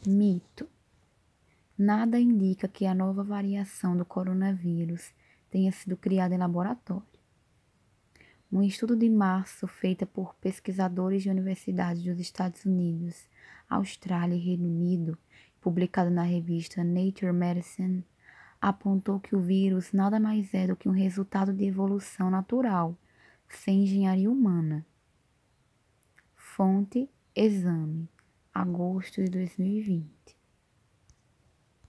Mito. Nada indica que a nova variação do coronavírus tenha sido criada em laboratório. Um estudo de março feito por pesquisadores de universidades dos Estados Unidos, Austrália e Reino Unido, publicado na revista Nature Medicine, apontou que o vírus nada mais é do que um resultado de evolução natural, sem engenharia humana. Fonte: Exame, agosto de 2020.